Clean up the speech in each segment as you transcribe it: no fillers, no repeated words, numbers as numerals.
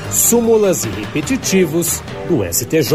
Súmulas e repetitivos do STJ.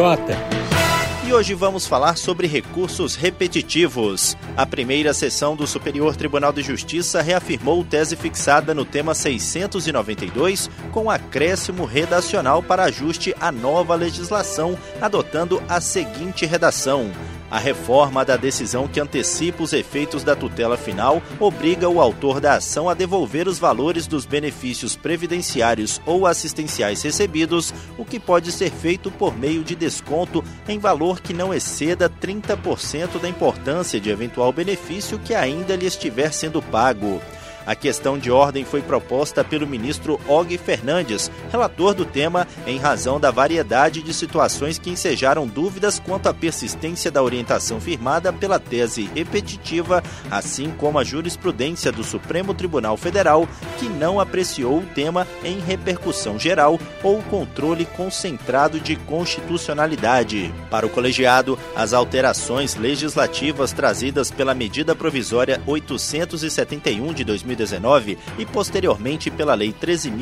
E hoje vamos falar sobre recursos repetitivos. A primeira sessão do Superior Tribunal de Justiça reafirmou tese fixada no tema 692 com acréscimo redacional para ajuste à nova legislação, adotando a seguinte redação: a reforma da decisão que antecipa os efeitos da tutela final obriga o autor da ação a devolver os valores dos benefícios previdenciários ou assistenciais recebidos, o que pode ser feito por meio de desconto em valor que não exceda 30% da importância de eventual benefício que ainda lhe estiver sendo pago. A questão de ordem foi proposta pelo ministro Og Fernandes, relator do tema, em razão da variedade de situações que ensejaram dúvidas quanto à persistência da orientação firmada pela tese repetitiva, assim como a jurisprudência do Supremo Tribunal Federal, que não apreciou o tema em repercussão geral ou controle concentrado de constitucionalidade. Para o colegiado, as alterações legislativas trazidas pela medida provisória 871 de 2019 e posteriormente pela Lei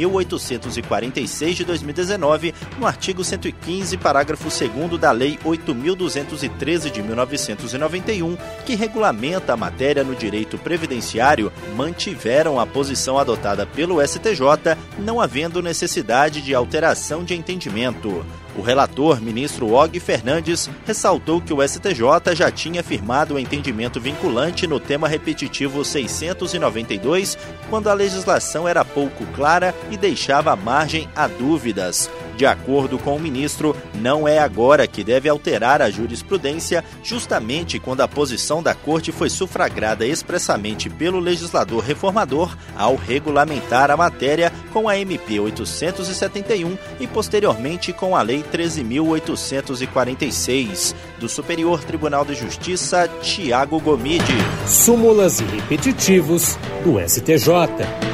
13.846 de 2019, no artigo 115, parágrafo 2º da Lei 8.213 de 1991, que regulamenta a matéria no direito previdenciário, mantiveram a posição adotada pelo STJ, não havendo necessidade de alteração de entendimento. O relator, ministro Og Fernandes, ressaltou que o STJ já tinha firmado o entendimento vinculante no tema repetitivo 692, quando a legislação era pouco clara e deixava margem a dúvidas. De acordo com o ministro, não é agora que deve alterar a jurisprudência, justamente quando a posição da Corte foi sufragada expressamente pelo legislador reformador ao regulamentar a matéria com a MP 871 e posteriormente com a Lei 13.846. Do Superior Tribunal de Justiça, Tiago Gomide. Súmulas e repetitivos do STJ.